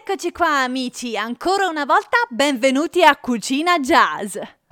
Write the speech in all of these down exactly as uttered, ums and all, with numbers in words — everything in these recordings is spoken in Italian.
Eccoci qua amici, ancora una volta benvenuti a Cucina Jazz.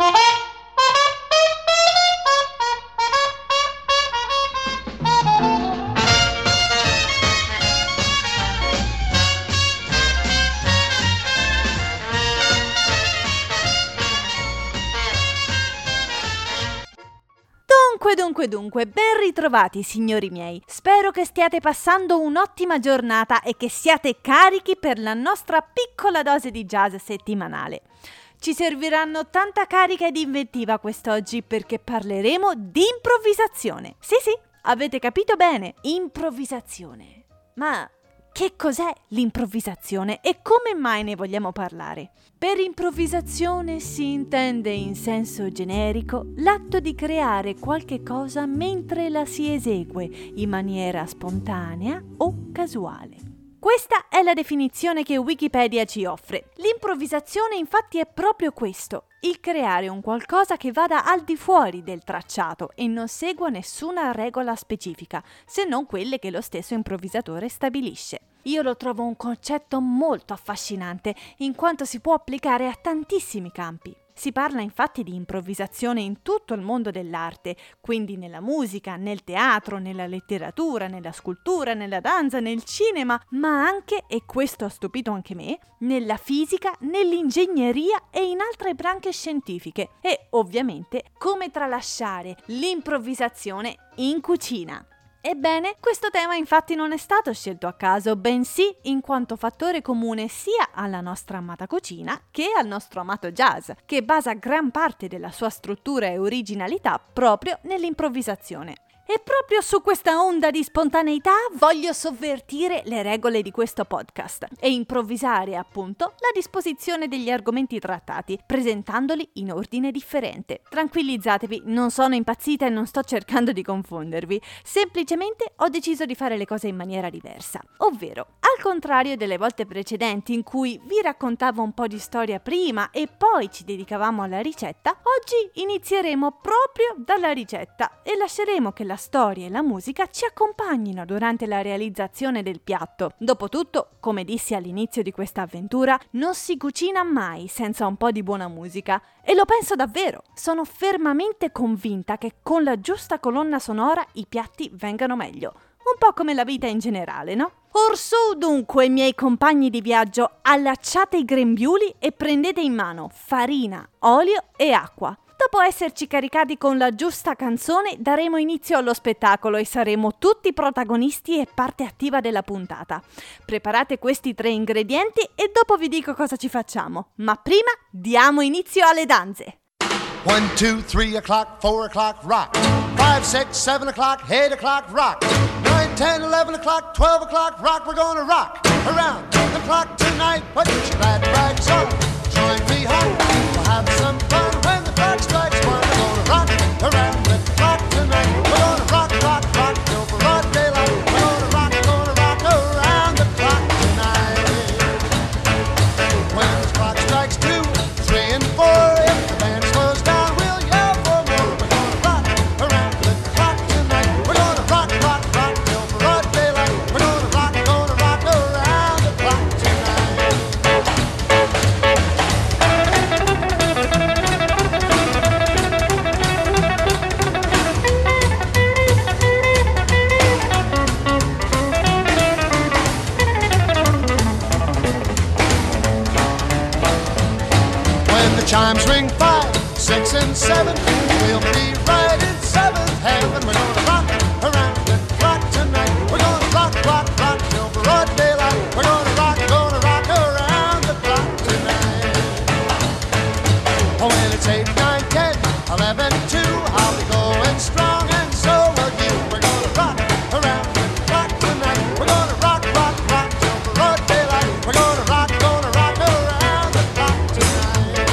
Dunque, dunque, dunque, ben ritrovati signori miei. Spero che stiate passando un'ottima giornata e che siate carichi per la nostra piccola dose di jazz settimanale. Ci serviranno tanta carica ed inventiva quest'oggi perché parleremo di improvvisazione. Sì, sì, avete capito bene, improvvisazione. Ma che cos'è l'improvvisazione e come mai ne vogliamo parlare? Per improvvisazione si intende in senso generico l'atto di creare qualche cosa mentre la si esegue in maniera spontanea o casuale. Questa è la definizione che Wikipedia ci offre. L'improvvisazione infatti è proprio questo, il creare un qualcosa che vada al di fuori del tracciato e non segua nessuna regola specifica, se non quelle che lo stesso improvvisatore stabilisce. Io lo trovo un concetto molto affascinante, in quanto si può applicare a tantissimi campi. Si parla infatti di improvvisazione in tutto il mondo dell'arte, quindi nella musica, nel teatro, nella letteratura, nella scultura, nella danza, nel cinema, ma anche, e questo ha stupito anche me, nella fisica, nell'ingegneria e in altre branche scientifiche. E ovviamente come tralasciare l'improvvisazione in cucina. Ebbene, questo tema infatti non è stato scelto a caso, bensì in quanto fattore comune sia alla nostra amata cucina che al nostro amato jazz, che basa gran parte della sua struttura e originalità proprio nell'improvvisazione. E proprio su questa onda di spontaneità voglio sovvertire le regole di questo podcast e improvvisare appunto la disposizione degli argomenti trattati, presentandoli in ordine differente. Tranquillizzatevi, non sono impazzita e non sto cercando di confondervi, semplicemente ho deciso di fare le cose in maniera diversa. Ovvero, al contrario delle volte precedenti in cui vi raccontavo un po' di storia prima e poi ci dedicavamo alla ricetta, oggi inizieremo proprio dalla ricetta e lasceremo che la storia e la musica ci accompagnino durante la realizzazione del piatto. Dopotutto, come dissi all'inizio di questa avventura, non si cucina mai senza un po' di buona musica. E lo penso davvero. Sono fermamente convinta che con la giusta colonna sonora i piatti vengano meglio. Un po' come la vita in generale, no? Orsù dunque, miei compagni di viaggio, allacciate i grembiuli e prendete in mano farina, olio e acqua. Dopo esserci caricati con la giusta canzone, daremo inizio allo spettacolo e saremo tutti protagonisti e parte attiva della puntata. Preparate questi tre ingredienti e dopo vi dico cosa ci facciamo. Ma prima diamo inizio alle danze. One, two, three o'clock, four o'clock, rock. Five, six, seven o'clock, eight o'clock, rock. Nine, ten, eleven o'clock, twelve o'clock, rock. We're gonna rock around the clock tonight. Put your glad rags on. Join me home. We'll have some fun when the clock strikes one. We're gonna rock around the clock tonight. We're gonna rock, rock, rock till broad daylight. We're gonna rock, gonna rock around the clock tonight. When the clock strikes two, three and four, if the band slows down, we'll yell for more. We're gonna rock around the clock tonight. We're gonna rock, rock, rock till broad daylight. We're gonna rock, gonna rock around the clock tonight. When the chimes ring five, six and seven, we'll be right in seventh heaven. We're gonna rock around the clock tonight. We're gonna rock, rock, rock till broad daylight. We're gonna rock, gonna rock around the clock tonight. Oh, when it's eight, nine, ten, eleven, two, I'll be going strong and so will you. We're gonna rock around the clock tonight. We're gonna rock, rock, rock till broad daylight. We're gonna rock, gonna rock around the clock tonight.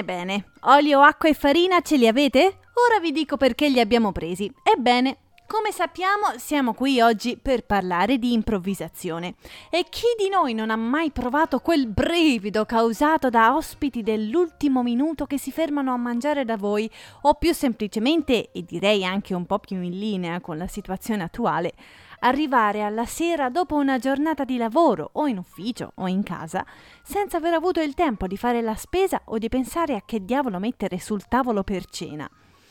Bene bene, olio, acqua e farina ce li avete? Ora vi dico perché li abbiamo presi. Ebbene, come sappiamo, siamo qui oggi per parlare di improvvisazione. E chi di noi non ha mai provato quel brivido causato da ospiti dell'ultimo minuto che si fermano a mangiare da voi, o più semplicemente, e direi anche un po' più in linea con la situazione attuale, arrivare alla sera dopo una giornata di lavoro o in ufficio o in casa senza aver avuto il tempo di fare la spesa o di pensare a che diavolo mettere sul tavolo per cena.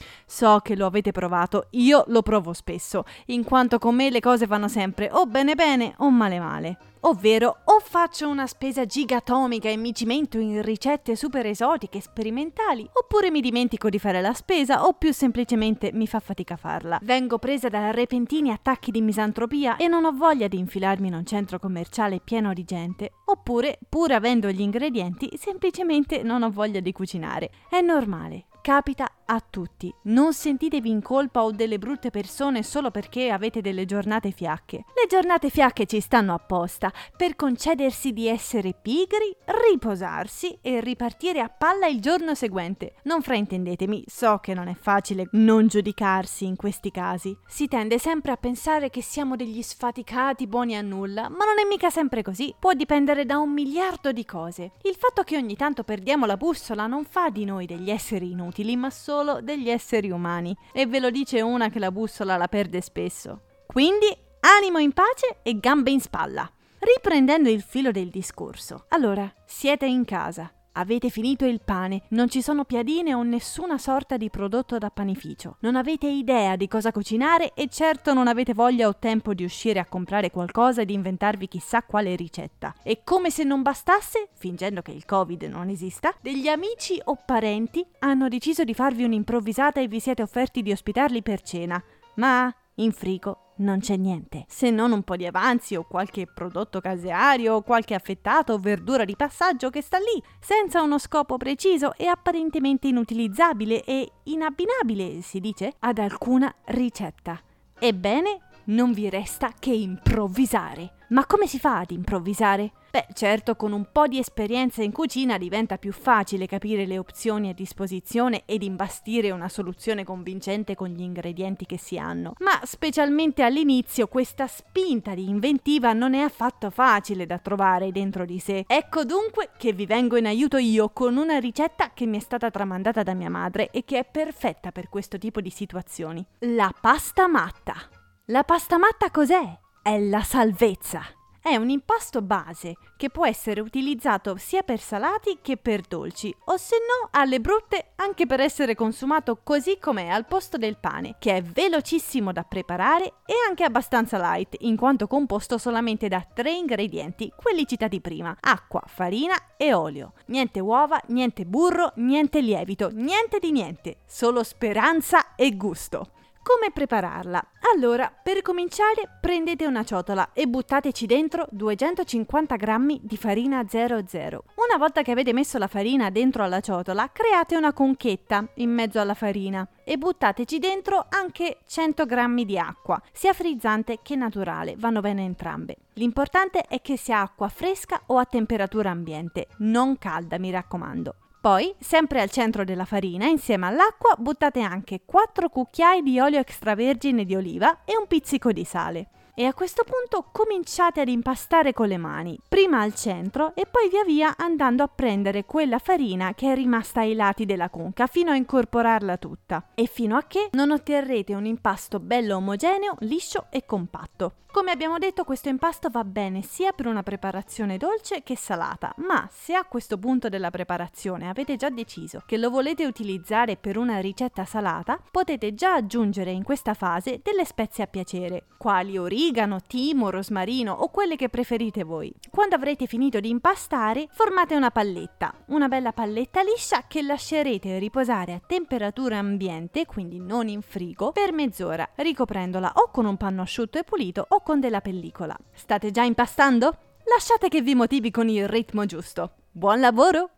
So che lo avete provato, io lo provo spesso, in quanto con me le cose vanno sempre o bene bene o male male. Ovvero, o faccio una spesa gigatomica e mi cimento in ricette super esotiche e sperimentali, oppure mi dimentico di fare la spesa o più semplicemente mi fa fatica farla. Vengo presa da repentini attacchi di misantropia e non ho voglia di infilarmi in un centro commerciale pieno di gente, oppure, pur avendo gli ingredienti, semplicemente non ho voglia di cucinare. È normale. Capita a tutti. Non sentitevi in colpa o delle brutte persone solo perché avete delle giornate fiacche. Le giornate fiacche ci stanno apposta per concedersi di essere pigri, riposarsi e ripartire a palla il giorno seguente. Non fraintendetemi, so che non è facile non giudicarsi in questi casi. Si tende sempre a pensare che siamo degli sfaticati buoni a nulla, ma non è mica sempre così. Può dipendere da un miliardo di cose. Il fatto che ogni tanto perdiamo la bussola non fa di noi degli esseri inutili, ma solo degli esseri umani, e ve lo dice una che la bussola la perde spesso. Quindi animo in pace e gambe in spalla. Riprendendo il filo del discorso, allora, siete in casa, avete finito il pane, non ci sono piadine o nessuna sorta di prodotto da panificio, non avete idea di cosa cucinare e certo non avete voglia o tempo di uscire a comprare qualcosa e di inventarvi chissà quale ricetta. E come se non bastasse, fingendo che il Covid non esista, degli amici o parenti hanno deciso di farvi un'improvvisata e vi siete offerti di ospitarli per cena, ma in frigo non c'è niente, se non un po' di avanzi o qualche prodotto caseario o qualche affettato o verdura di passaggio che sta lì, senza uno scopo preciso e apparentemente inutilizzabile e inabbinabile, si dice, ad alcuna ricetta. Ebbene, non vi resta che improvvisare. Ma come si fa ad improvvisare? Beh, certo, con un po' di esperienza in cucina diventa più facile capire le opzioni a disposizione ed imbastire una soluzione convincente con gli ingredienti che si hanno. Ma specialmente all'inizio questa spinta di inventiva non è affatto facile da trovare dentro di sé. Ecco dunque che vi vengo in aiuto io con una ricetta che mi è stata tramandata da mia madre e che è perfetta per questo tipo di situazioni. La pasta matta. La pasta matta cos'è? È la salvezza. È un impasto base che può essere utilizzato sia per salati che per dolci, o se no, alle brutte, anche per essere consumato così com'è al posto del pane, che è velocissimo da preparare e anche abbastanza light, in quanto composto solamente da tre ingredienti, quelli citati prima: acqua, farina e olio. Niente uova, niente burro, niente lievito, niente di niente, solo speranza e gusto. Come prepararla? Allora, per cominciare prendete una ciotola e buttateci dentro duecentocinquanta grammi di farina zero zero. Una volta che avete messo la farina dentro alla ciotola, create una conchetta in mezzo alla farina e buttateci dentro anche cento grammi di acqua, sia frizzante che naturale, vanno bene entrambe. L'importante è che sia acqua fresca o a temperatura ambiente, non calda, mi raccomando. Poi, sempre al centro della farina, insieme all'acqua, buttate anche quattro cucchiai di olio extravergine di oliva e un pizzico di sale. E a questo punto cominciate ad impastare con le mani, prima al centro e poi via via andando a prendere quella farina che è rimasta ai lati della conca fino a incorporarla tutta e fino a che non otterrete un impasto bello omogeneo, liscio e compatto. Come abbiamo detto, questo impasto va bene sia per una preparazione dolce che salata, ma se a questo punto della preparazione avete già deciso che lo volete utilizzare per una ricetta salata, potete già aggiungere in questa fase delle spezie a piacere, quali origano, timo, rosmarino o quelle che preferite voi. Quando avrete finito di impastare, formate una palletta, una bella palletta liscia che lascerete riposare a temperatura ambiente, quindi non in frigo, per mezz'ora, ricoprendola o con un panno asciutto e pulito o con della pellicola. State già impastando? Lasciate che vi motivi con il ritmo giusto. Buon lavoro!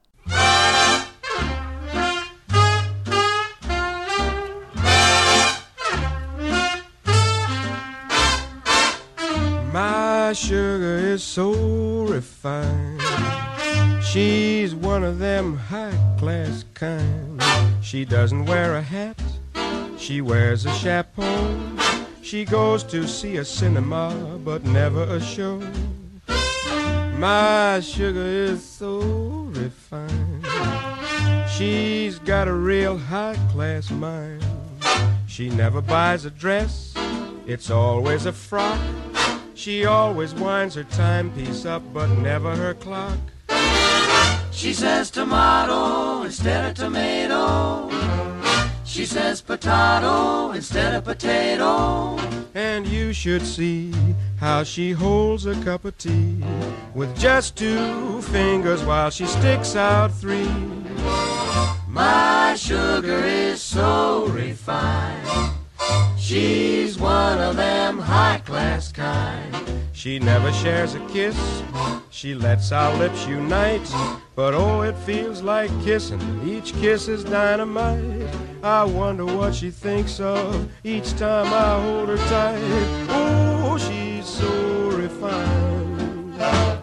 My sugar is so refined. She's one of them high-class kind. She doesn't wear a hat, she wears a chapeau. She goes to see a cinema, but never a show. My sugar is so refined. She's got a real high-class mind. She never buys a dress, it's always a frock. She always winds her timepiece up, but never her clock. She says tomato instead of tomato. She says potato instead of potato. And you should see how she holds a cup of tea with just two fingers while she sticks out three. My sugar is so refined. She's one of them high-class kind. She never shares a kiss, she lets our lips unite. But oh, it feels like kissing, each kiss is dynamite. I wonder what she thinks of each time I hold her tight. Oh, she's so refined.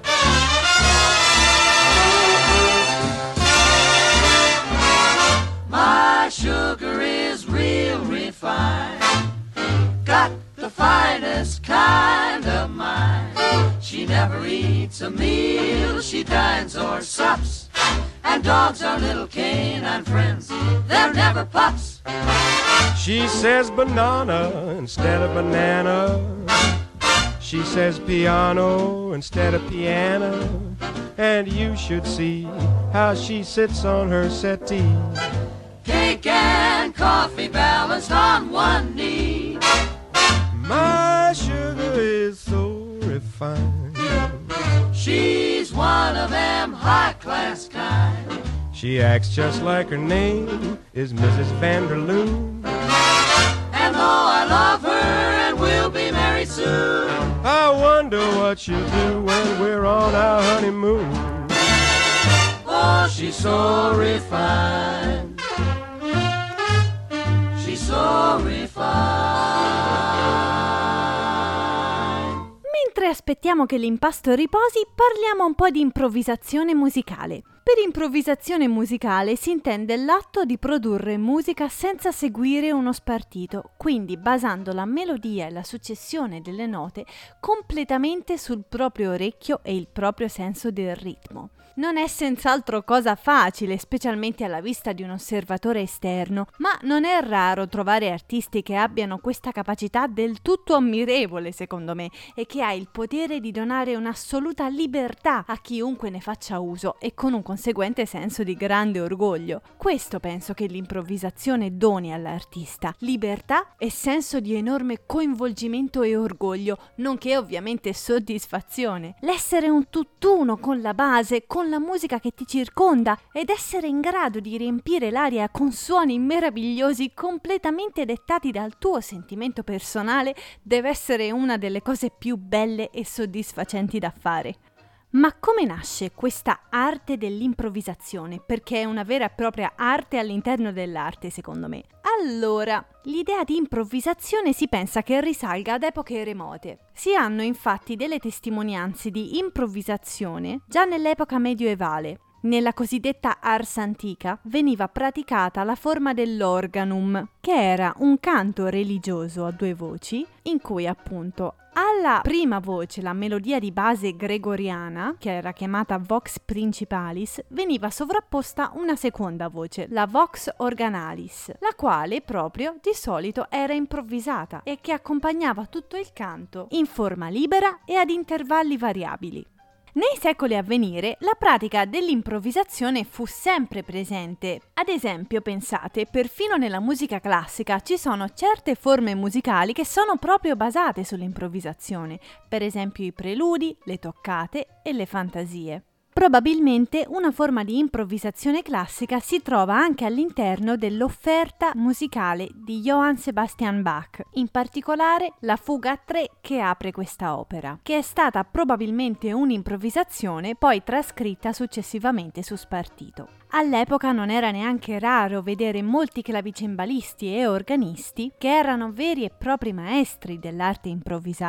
My sugar is real refined. Got the finest kind of mind. She never eats a meal, she dines or sups. And dogs are little canine friends, they're never pups. She says banana instead of banana. She says piano instead of piano. And you should see how she sits on her settee. Cake and coffee balanced on one knee. My sugar is so refined. She's one of them high-class kind. She acts just like her name is Missus Vanderloon. And though I love her and we'll be married soon, I wonder what she'll do when we're on our honeymoon. Oh, she's so refined. She's so refined. Mentre aspettiamo che l'impasto riposi, parliamo un po' di improvvisazione musicale. Per improvvisazione musicale si intende l'atto di produrre musica senza seguire uno spartito, quindi basando la melodia e la successione delle note completamente sul proprio orecchio e il proprio senso del ritmo. Non è senz'altro cosa facile, specialmente alla vista di un osservatore esterno, ma non è raro trovare artisti che abbiano questa capacità del tutto ammirevole, secondo me, e che ha il potere di donare un'assoluta libertà a chiunque ne faccia uso e con un conseguente senso di grande orgoglio. Questo penso che l'improvvisazione doni all'artista: libertà e senso di enorme coinvolgimento e orgoglio, nonché ovviamente soddisfazione. L'essere un tutt'uno con la base, con la musica che ti circonda ed essere in grado di riempire l'aria con suoni meravigliosi completamente dettati dal tuo sentimento personale deve essere una delle cose più belle e soddisfacenti da fare. Ma come nasce questa arte dell'improvvisazione? Perché è una vera e propria arte all'interno dell'arte, secondo me. Allora, l'idea di improvvisazione si pensa che risalga ad epoche remote. Si hanno infatti delle testimonianze di improvvisazione già nell'epoca medioevale. Nella cosiddetta ars antica veniva praticata la forma dell'organum, che era un canto religioso a due voci, in cui appunto alla prima voce, la melodia di base gregoriana, che era chiamata vox principalis, veniva sovrapposta una seconda voce, la vox organalis, la quale proprio di solito era improvvisata e che accompagnava tutto il canto in forma libera e ad intervalli variabili. Nei secoli a venire la pratica dell'improvvisazione fu sempre presente. Ad esempio, pensate, perfino nella musica classica ci sono certe forme musicali che sono proprio basate sull'improvvisazione, per esempio i preludi, le toccate e le fantasie. Probabilmente una forma di improvvisazione classica si trova anche all'interno dell'offerta musicale di Johann Sebastian Bach, in particolare la fuga a tre che apre questa opera, che è stata probabilmente un'improvvisazione poi trascritta successivamente su spartito. All'epoca non era neanche raro vedere molti clavicembalisti e organisti che erano veri e propri maestri dell'arte improvvisata.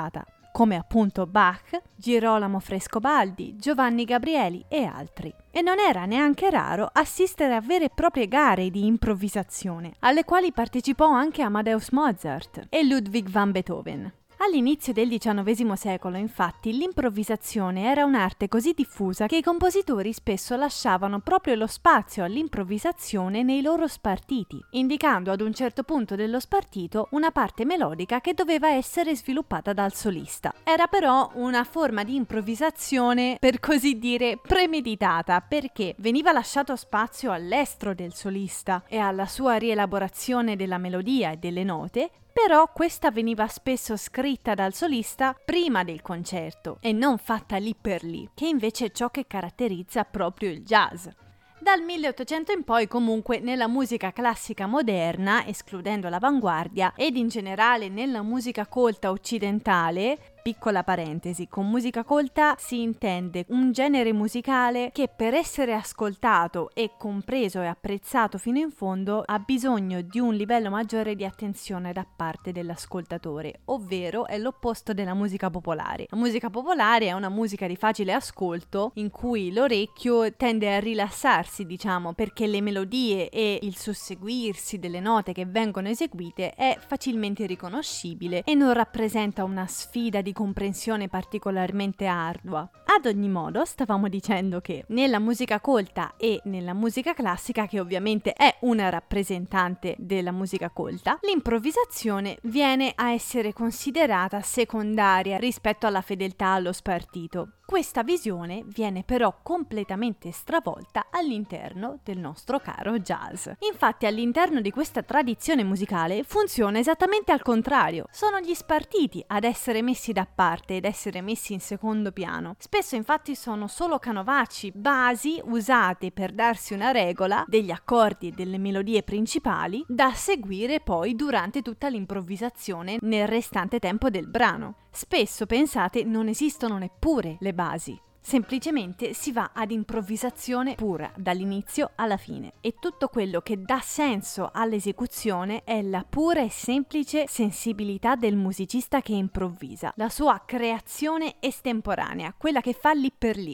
come appunto Bach, Girolamo Frescobaldi, Giovanni Gabrieli e altri. E non era neanche raro assistere a vere e proprie gare di improvvisazione, alle quali partecipò anche Amadeus Mozart e Ludwig van Beethoven. All'inizio del diciannovesimo secolo, infatti, l'improvvisazione era un'arte così diffusa che i compositori spesso lasciavano proprio lo spazio all'improvvisazione nei loro spartiti, indicando ad un certo punto dello spartito una parte melodica che doveva essere sviluppata dal solista. Era però una forma di improvvisazione, per così dire, premeditata, perché veniva lasciato spazio all'estro del solista e alla sua rielaborazione della melodia e delle note, però questa veniva spesso scritta dal solista prima del concerto e non fatta lì per lì, che invece è ciò che caratterizza proprio il jazz. Dal milleottocento in poi comunque nella musica classica moderna, escludendo l'avanguardia, ed in generale nella musica colta occidentale, piccola parentesi, con musica colta si intende un genere musicale che per essere ascoltato e compreso e apprezzato fino in fondo ha bisogno di un livello maggiore di attenzione da parte dell'ascoltatore, ovvero è l'opposto della musica popolare. La musica popolare è una musica di facile ascolto in cui l'orecchio tende a rilassarsi, diciamo, perché le melodie e il susseguirsi delle note che vengono eseguite è facilmente riconoscibile e non rappresenta una sfida di comprensione particolarmente ardua. Ad ogni modo, stavamo dicendo che nella musica colta e nella musica classica, che ovviamente è una rappresentante della musica colta, l'improvvisazione viene a essere considerata secondaria rispetto alla fedeltà allo spartito. Questa visione viene però completamente stravolta all'interno del nostro caro jazz. Infatti all'interno di questa tradizione musicale funziona esattamente al contrario. Sono gli spartiti ad essere messi da parte ed essere messi in secondo piano. Spesso infatti sono solo canovacci, basi usate per darsi una regola degli accordi e delle melodie principali da seguire poi durante tutta l'improvvisazione nel restante tempo del brano. Spesso, pensate, non esistono neppure le basi. Semplicemente si va ad improvvisazione pura dall'inizio alla fine e tutto quello che dà senso all'esecuzione è la pura e semplice sensibilità del musicista che improvvisa, la sua creazione estemporanea, quella che fa lì per lì.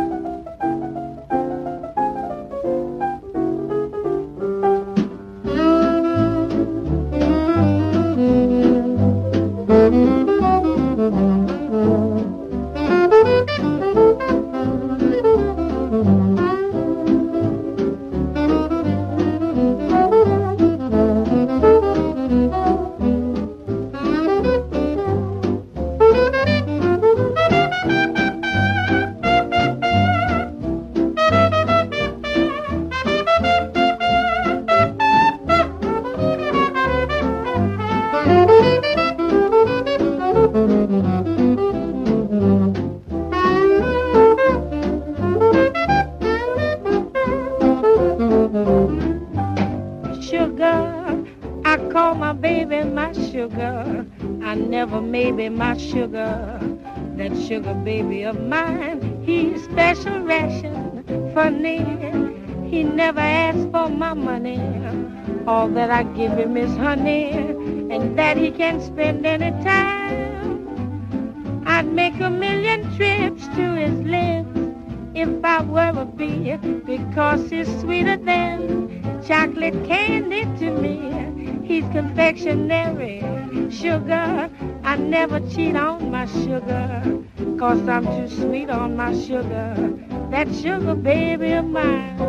Maybe my sugar, that sugar baby of mine, he's special ration for me. He never asks for my money. All that I give him is honey, and that he can spend any time. I'd make a million trips to his lips if I were a bee, because he's sweeter than chocolate candy to me. He's confectionery sugar. I never cheat on my sugar, 'cause I'm too sweet on my sugar, that sugar baby of mine.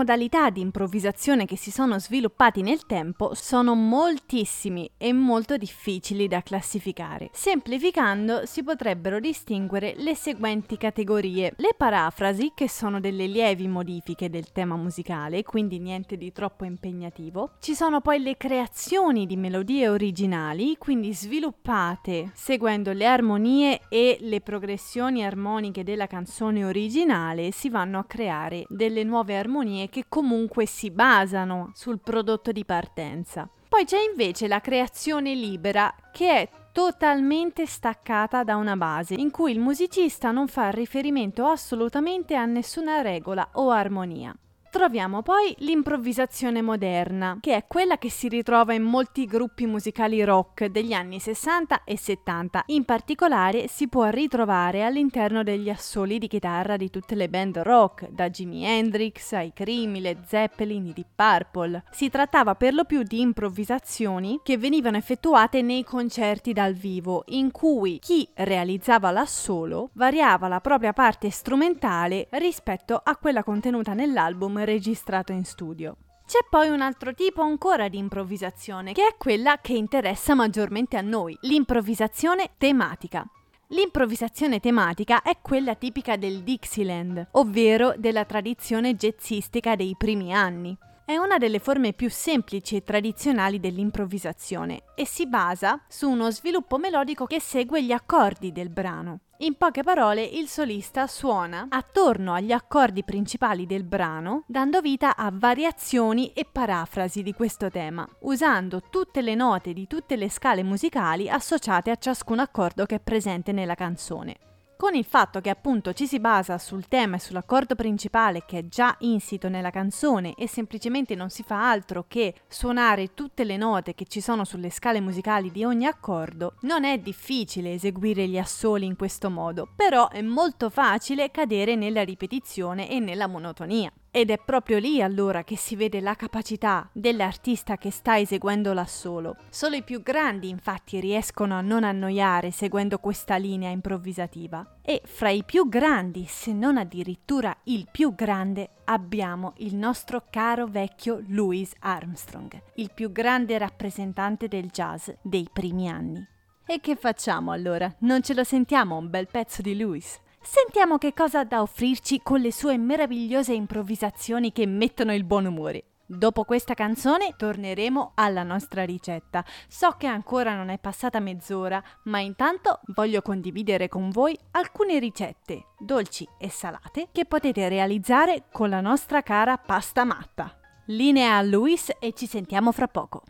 modalità di improvvisazione che si sono sviluppati nel tempo sono moltissimi e molto difficili da classificare. Semplificando, si potrebbero distinguere le seguenti categorie: le parafrasi, che sono delle lievi modifiche del tema musicale, quindi niente di troppo impegnativo. Ci sono poi le creazioni di melodie originali, quindi sviluppate seguendo le armonie e le progressioni armoniche della canzone originale, si vanno a creare delle nuove armonie che comunque si basano sul prodotto di partenza. Poi c'è invece la creazione libera, che è totalmente staccata da una base, in cui il musicista non fa riferimento assolutamente a nessuna regola o armonia. Troviamo poi l'improvvisazione moderna, che è quella che si ritrova in molti gruppi musicali rock degli anni sessanta e settanta. In particolare si può ritrovare all'interno degli assoli di chitarra di tutte le band rock, da Jimi Hendrix ai Cream, Led Zeppelin, i Deep Purple. Si trattava per lo più di improvvisazioni che venivano effettuate nei concerti dal vivo, in cui chi realizzava l'assolo variava la propria parte strumentale rispetto a quella contenuta nell'album registrato in studio. C'è poi un altro tipo ancora di improvvisazione, che è quella che interessa maggiormente a noi, l'improvvisazione tematica. L'improvvisazione tematica è quella tipica del Dixieland, ovvero della tradizione jazzistica dei primi anni. È una delle forme più semplici e tradizionali dell'improvvisazione e si basa su uno sviluppo melodico che segue gli accordi del brano. In poche parole, il solista suona attorno agli accordi principali del brano, dando vita a variazioni e parafrasi di questo tema, usando tutte le note di tutte le scale musicali associate a ciascun accordo che è presente nella canzone. Con il fatto che appunto ci si basa sul tema e sull'accordo principale che è già insito nella canzone e semplicemente non si fa altro che suonare tutte le note che ci sono sulle scale musicali di ogni accordo, non è difficile eseguire gli assoli in questo modo, però è molto facile cadere nella ripetizione e nella monotonia. Ed è proprio lì allora che si vede la capacità dell'artista che sta eseguendo l'assolo. Solo i più grandi infatti riescono a non annoiare seguendo questa linea improvvisativa. E fra i più grandi, se non addirittura il più grande, abbiamo il nostro caro vecchio Louis Armstrong, il più grande rappresentante del jazz dei primi anni. E che facciamo allora? Non ce lo sentiamo un bel pezzo di Louis? Sentiamo che cosa ha da offrirci con le sue meravigliose improvvisazioni che mettono il buon umore. Dopo questa canzone torneremo alla nostra ricetta. So che ancora non è passata mezz'ora, ma intanto voglio condividere con voi alcune ricette, dolci e salate, che potete realizzare con la nostra cara pasta matta. Linea a Louis e ci sentiamo fra poco.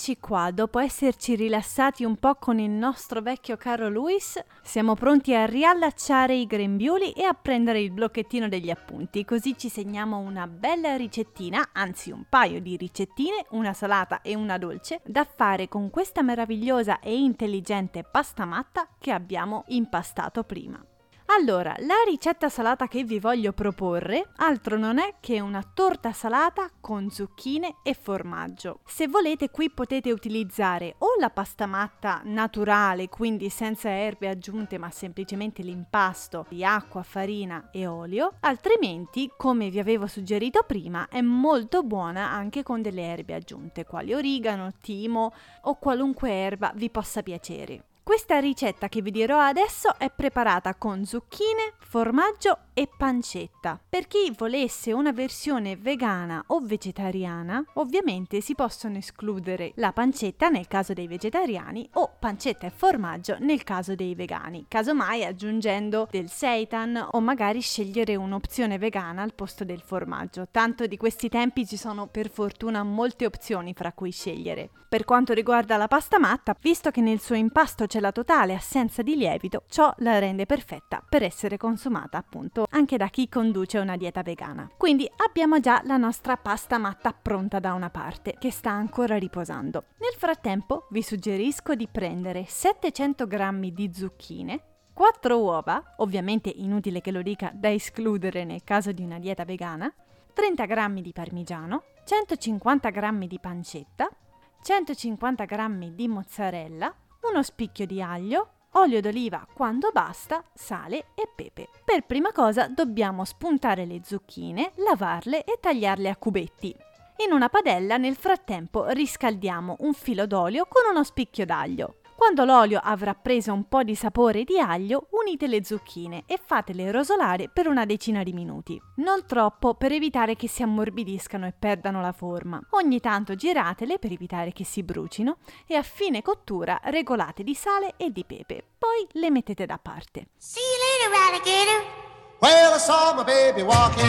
Eccoci qua, dopo esserci rilassati un po' con il nostro vecchio caro Luis, siamo pronti a riallacciare i grembiuli e a prendere il blocchettino degli appunti, così ci segniamo una bella ricettina, anzi un paio di ricettine, una salata e una dolce, da fare con questa meravigliosa e intelligente pasta matta che abbiamo impastato prima. Allora, la ricetta salata che vi voglio proporre altro non è che una torta salata con zucchine e formaggio. Se volete, qui potete utilizzare o la pasta matta naturale, quindi senza erbe aggiunte ma semplicemente l'impasto di acqua, farina e olio, altrimenti, come vi avevo suggerito prima, è molto buona anche con delle erbe aggiunte, quali origano, timo o qualunque erba vi possa piacere. Questa ricetta che vi dirò adesso è preparata con zucchine, formaggio e pancetta. Per chi volesse una versione vegana o vegetariana, ovviamente si possono escludere la pancetta nel caso dei vegetariani o pancetta e formaggio nel caso dei vegani, casomai aggiungendo del seitan o magari scegliere un'opzione vegana al posto del formaggio. Tanto di questi tempi ci sono per fortuna molte opzioni fra cui scegliere. Per quanto riguarda la pasta matta, visto che nel suo impasto c'è la totale assenza di lievito, ciò la rende perfetta per essere consumata appunto anche da chi conduce una dieta vegana. Quindi abbiamo già la nostra pasta matta pronta da una parte, che sta ancora riposando. Nel frattempo vi suggerisco di prendere settecento grammi di zucchine, quattro uova, ovviamente inutile che lo dica, da escludere nel caso di una dieta vegana, trenta grammi di parmigiano, centocinquanta grammi di pancetta, centocinquanta grammi di mozzarella, uno spicchio di aglio, olio d'oliva quando basta, sale e pepe. Per prima cosa dobbiamo spuntare le zucchine, lavarle e tagliarle a cubetti. In una padella nel frattempo riscaldiamo un filo d'olio con uno spicchio d'aglio. Quando l'olio avrà preso un po' di sapore di aglio, unite le zucchine e fatele rosolare per una decina di minuti. Non troppo per evitare che si ammorbidiscano e perdano la forma. Ogni tanto giratele per evitare che si brucino e a fine cottura regolate di sale e di pepe. Poi le mettete da parte. See you later, alligator. Well, I saw my baby walking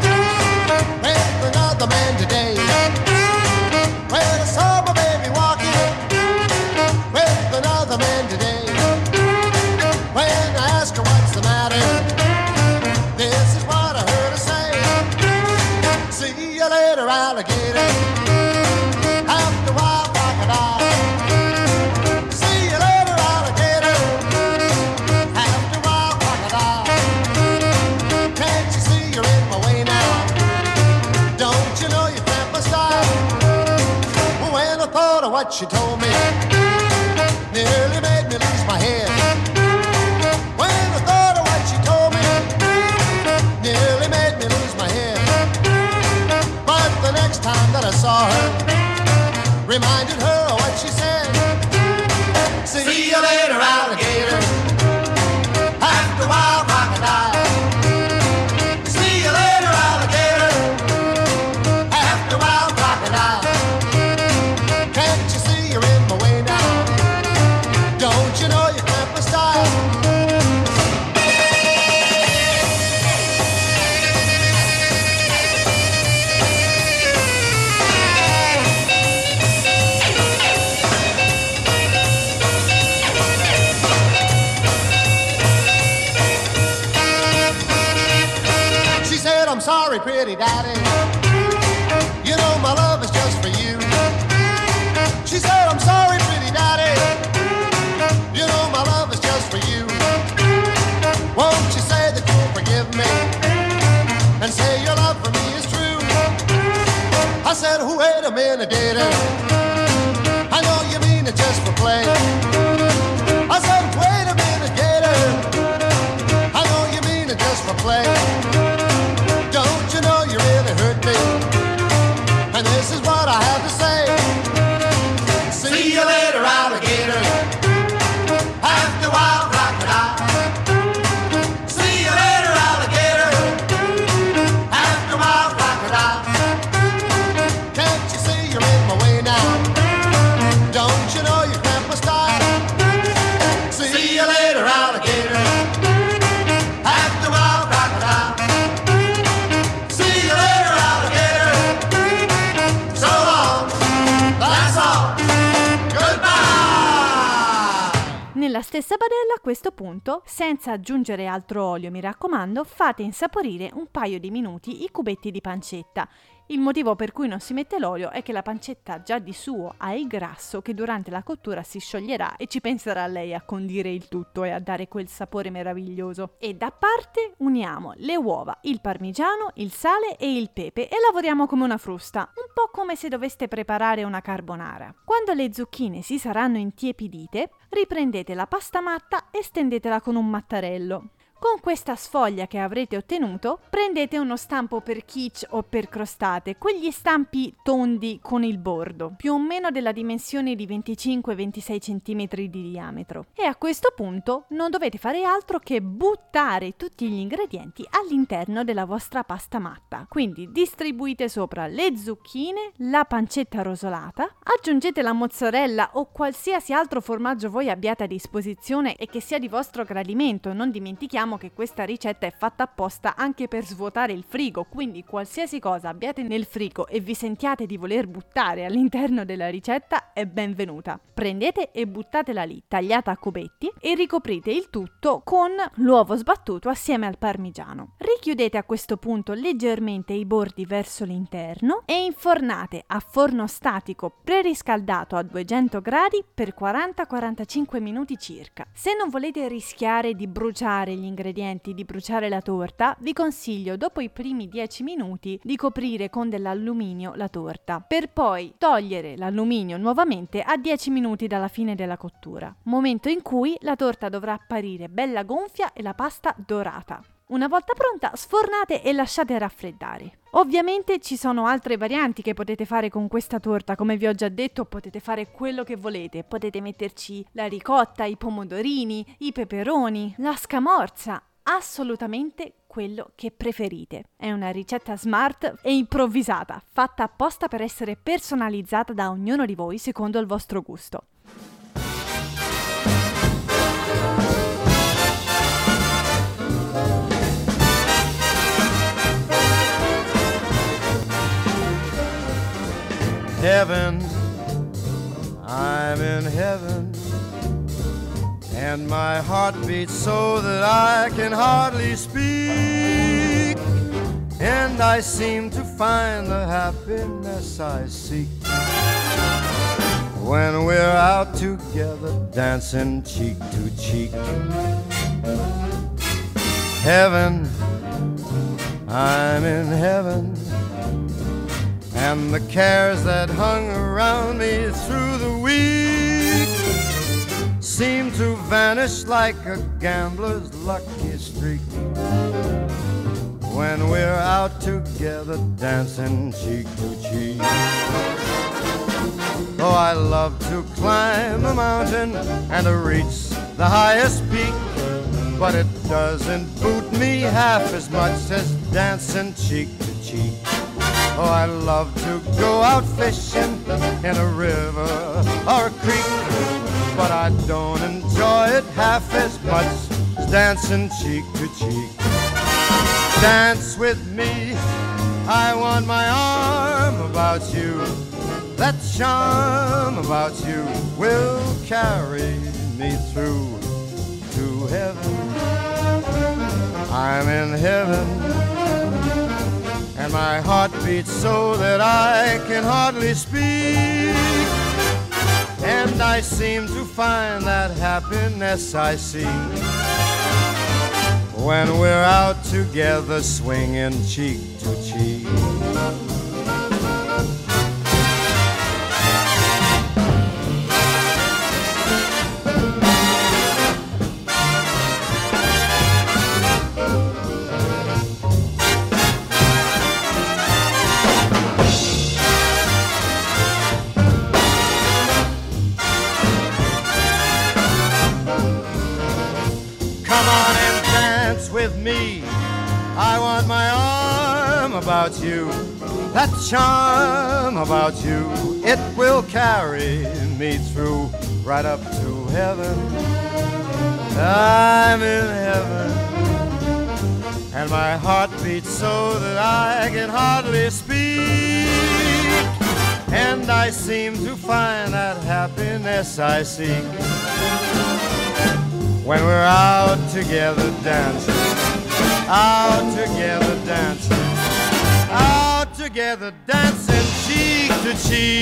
with another man today. Well, I saw my baby walking with another man today. When I asked her what's the matter, this is what I heard her say. See you later, alligator. After a while, crocodile. See you later, alligator. After a while, crocodile. Can't you see you're in my way now? Don't you know you cramp my style? When I thought of what she told me, nearly made me lose my head. When I thought of what she told me, nearly made me lose my head. But the next time that I saw her, reminded her of what she said. See you later, alligator. After a while, crocodile. See you later, alligator. After a while, crocodile. Can't you see you're in my way now? Don't you know you cramp my style? She said, I'm sorry, pretty daddy. You know my love is just for you. She said, I'm sorry, pretty daddy. You know my love is just for you. Won't you say that you'll forgive me and say your love for me is true? I said, oh, wait a minute, gator. I know you mean it just for play. I said, wait a minute, gator. I know you mean it just for play. Don't you know you really hurt me Nella stessa padella a questo punto, senza aggiungere altro olio mi raccomando, fate insaporire un paio di minuti i cubetti di pancetta. Il motivo per cui non si mette l'olio è che la pancetta già di suo ha il grasso che durante la cottura si scioglierà e ci penserà lei a condire il tutto e a dare quel sapore meraviglioso. E da parte uniamo le uova, il parmigiano, il sale e il pepe e lavoriamo come una frusta, un po' come se doveste preparare una carbonara. Quando le zucchine si saranno intiepidite, riprendete la pasta matta e stendetela con un mattarello. Con questa sfoglia che avrete ottenuto, prendete uno stampo per quiche o per crostate, quegli stampi tondi con il bordo, più o meno della dimensione di venticinque ventisei centimetri di diametro. E a questo punto non dovete fare altro che buttare tutti gli ingredienti all'interno della vostra pasta matta. Quindi distribuite sopra le zucchine, la pancetta rosolata, aggiungete la mozzarella o qualsiasi altro formaggio voi abbiate a disposizione e che sia di vostro gradimento. Non dimentichiamo che questa ricetta è fatta apposta anche per svuotare il frigo, quindi qualsiasi cosa abbiate nel frigo e vi sentiate di voler buttare all'interno della ricetta è benvenuta. Prendete e buttatela lì, tagliata a cubetti, e ricoprite il tutto con l'uovo sbattuto assieme al parmigiano. Richiudete a questo punto leggermente i bordi verso l'interno e infornate a forno statico preriscaldato a duecento gradi per quaranta quarantacinque minuti circa. Se non volete rischiare di bruciare gli ingredienti, di bruciare la torta, vi consiglio dopo i primi dieci minuti di coprire con dell'alluminio la torta, per poi togliere l'alluminio nuovamente a dieci minuti dalla fine della cottura, momento in cui la torta dovrà apparire bella gonfia e la pasta dorata. Una volta pronta, sfornate e lasciate raffreddare. Ovviamente ci sono altre varianti che potete fare con questa torta, come vi ho già detto potete fare quello che volete, potete metterci la ricotta, i pomodorini, i peperoni, la scamorza, assolutamente quello che preferite. È una ricetta smart e improvvisata, fatta apposta per essere personalizzata da ognuno di voi secondo il vostro gusto. Heaven, I'm in heaven, and my heart beats so that I can hardly speak, and I seem to find the happiness I seek when we're out together dancing cheek to cheek. Heaven, I'm in heaven, and the cares that hung around me through the week seem to vanish like a gambler's lucky streak when we're out together dancing cheek to cheek. Oh, I love to climb a mountain and to reach the highest peak, but it doesn't boot me half as much as dancing cheek to cheek. Oh, I love to go out fishing in a river or a creek, but I don't enjoy it half as much as dancing cheek to cheek. Dance with me, I want my arm about you. That charm about you will carry me through to heaven. I'm in heaven, and my heart beats so that I can hardly speak, and I seem to find that happiness I seek when we're out together swinging cheek to cheek. With me, I want my arm about you. That charm about you, it will carry me through right up to heaven. I'm in heaven, and my heart beats so that I can hardly speak, and I seem to find that happiness I seek when we're out together dancing, out together dancing, out together dancing cheek to cheek.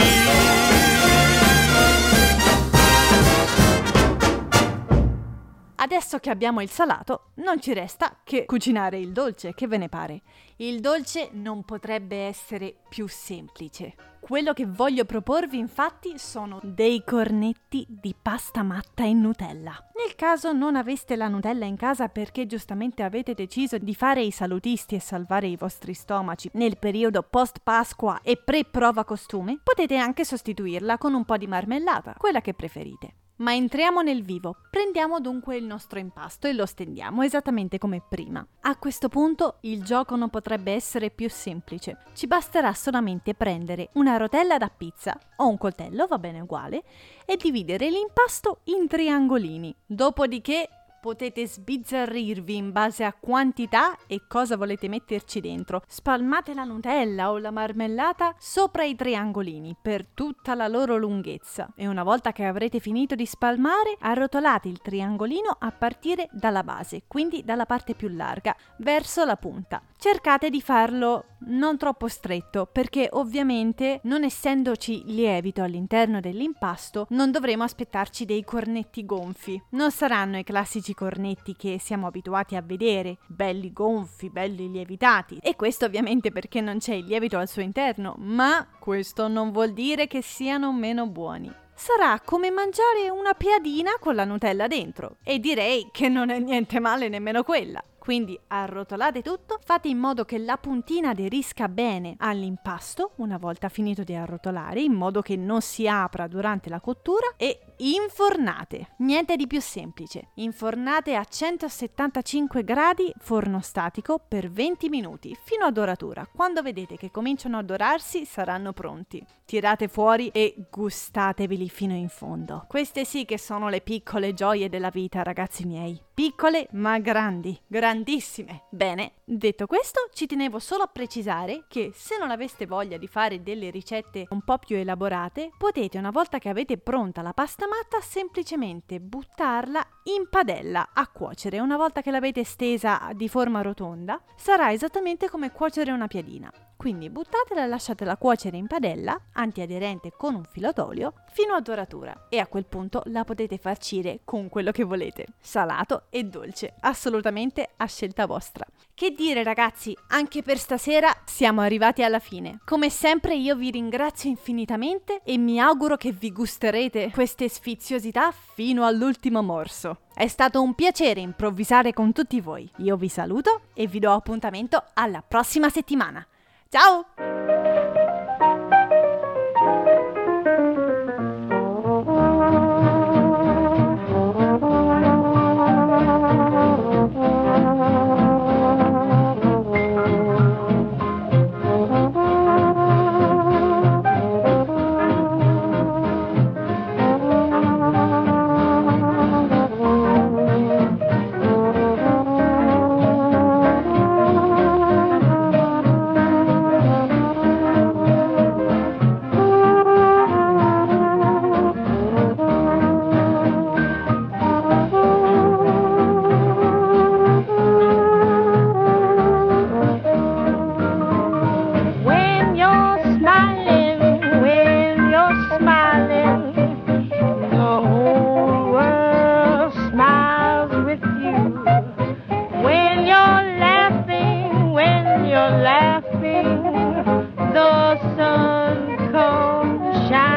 Adesso che abbiamo il salato, non ci resta che cucinare il dolce, che ve ne pare? Il dolce non potrebbe essere più semplice. Quello che voglio proporvi infatti sono dei cornetti di pasta matta in Nutella. Nel caso non aveste la Nutella in casa perché giustamente avete deciso di fare i salutisti e salvare i vostri stomaci nel periodo post Pasqua e pre-prova costume, potete anche sostituirla con un po' di marmellata, quella che preferite. Ma entriamo nel vivo. Prendiamo dunque il nostro impasto e lo stendiamo esattamente come prima. A questo punto il gioco non potrebbe essere più semplice. Ci basterà solamente prendere una rotella da pizza o un coltello, va bene uguale, e dividere l'impasto in triangolini. Dopodiché potete sbizzarrirvi in base a quantità e cosa volete metterci dentro. Spalmate la Nutella o la marmellata sopra i triangolini per tutta la loro lunghezza e una volta che avrete finito di spalmare, arrotolate il triangolino a partire dalla base, quindi dalla parte più larga, verso la punta. Cercate di farlo non troppo stretto perché ovviamente, non essendoci lievito all'interno dell'impasto, non dovremo aspettarci dei cornetti gonfi. Non saranno i classici cornetti che siamo abituati a vedere, belli gonfi, belli lievitati, e questo ovviamente perché non c'è il lievito al suo interno, ma questo non vuol dire che siano meno buoni. Sarà come mangiare una piadina con la Nutella dentro, e direi che non è niente male nemmeno quella. Quindi arrotolate tutto, fate in modo che la puntina aderisca bene all'impasto una volta finito di arrotolare, in modo che non si apra durante la cottura, e infornate. Niente di più semplice. Infornate a centosettantacinque gradi forno statico per venti minuti fino a doratura. Quando vedete che cominciano a dorarsi saranno pronti. Tirate fuori e gustateveli fino in fondo. Queste sì che sono le piccole gioie della vita, ragazzi miei. Piccole ma grandi, grandissime. Bene, detto questo, ci tenevo solo a precisare che se non aveste voglia di fare delle ricette un po' più elaborate, potete, una volta che avete pronta la pasta matta, semplicemente buttarla in padella a cuocere. Una volta che l'avete stesa di forma rotonda, sarà esattamente come cuocere una piadina. Quindi buttatela e lasciatela cuocere in padella, antiaderente con un filo d'olio, fino a doratura, e a quel punto la potete farcire con quello che volete, salato e dolce, assolutamente a scelta vostra. Che dire ragazzi, anche per stasera siamo arrivati alla fine. Come sempre io vi ringrazio infinitamente e mi auguro che vi gusterete queste sfiziosità fino all'ultimo morso. È stato un piacere improvvisare con tutti voi. Io vi saluto e vi do appuntamento alla prossima settimana. Ciao!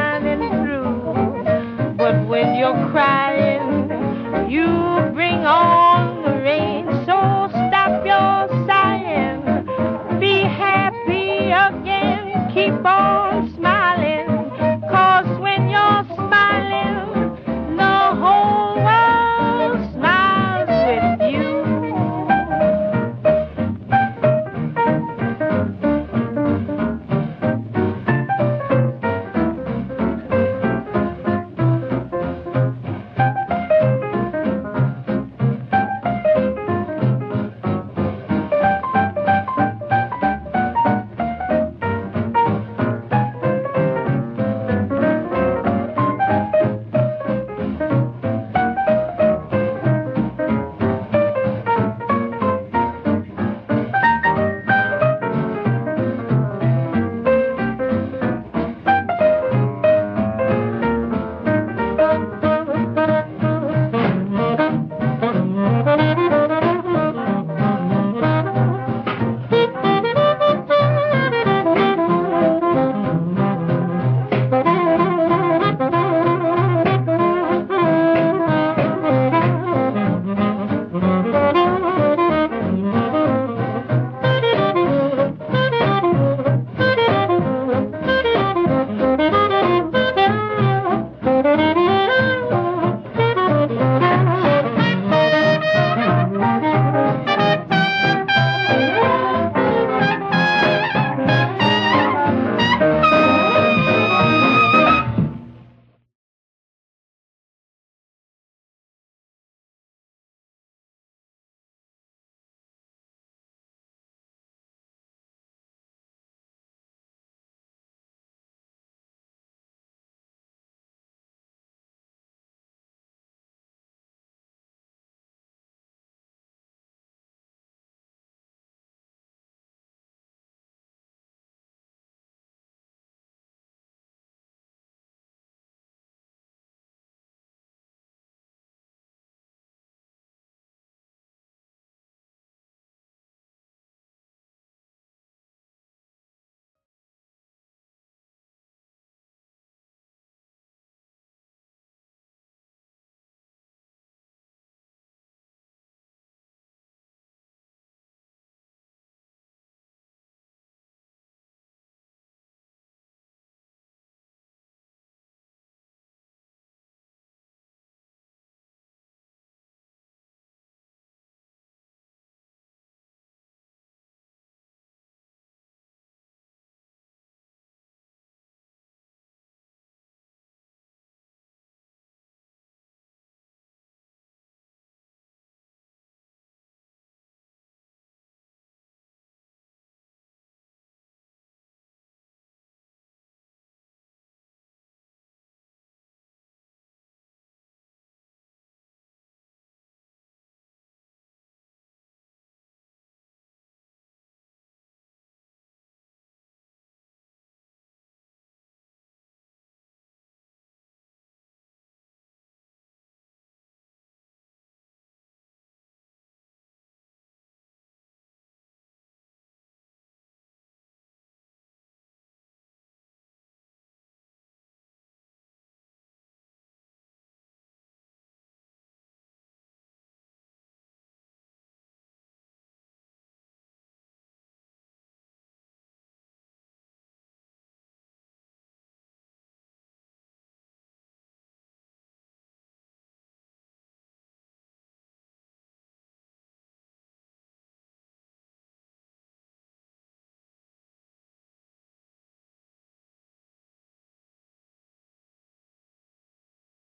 When you're crying, you bring on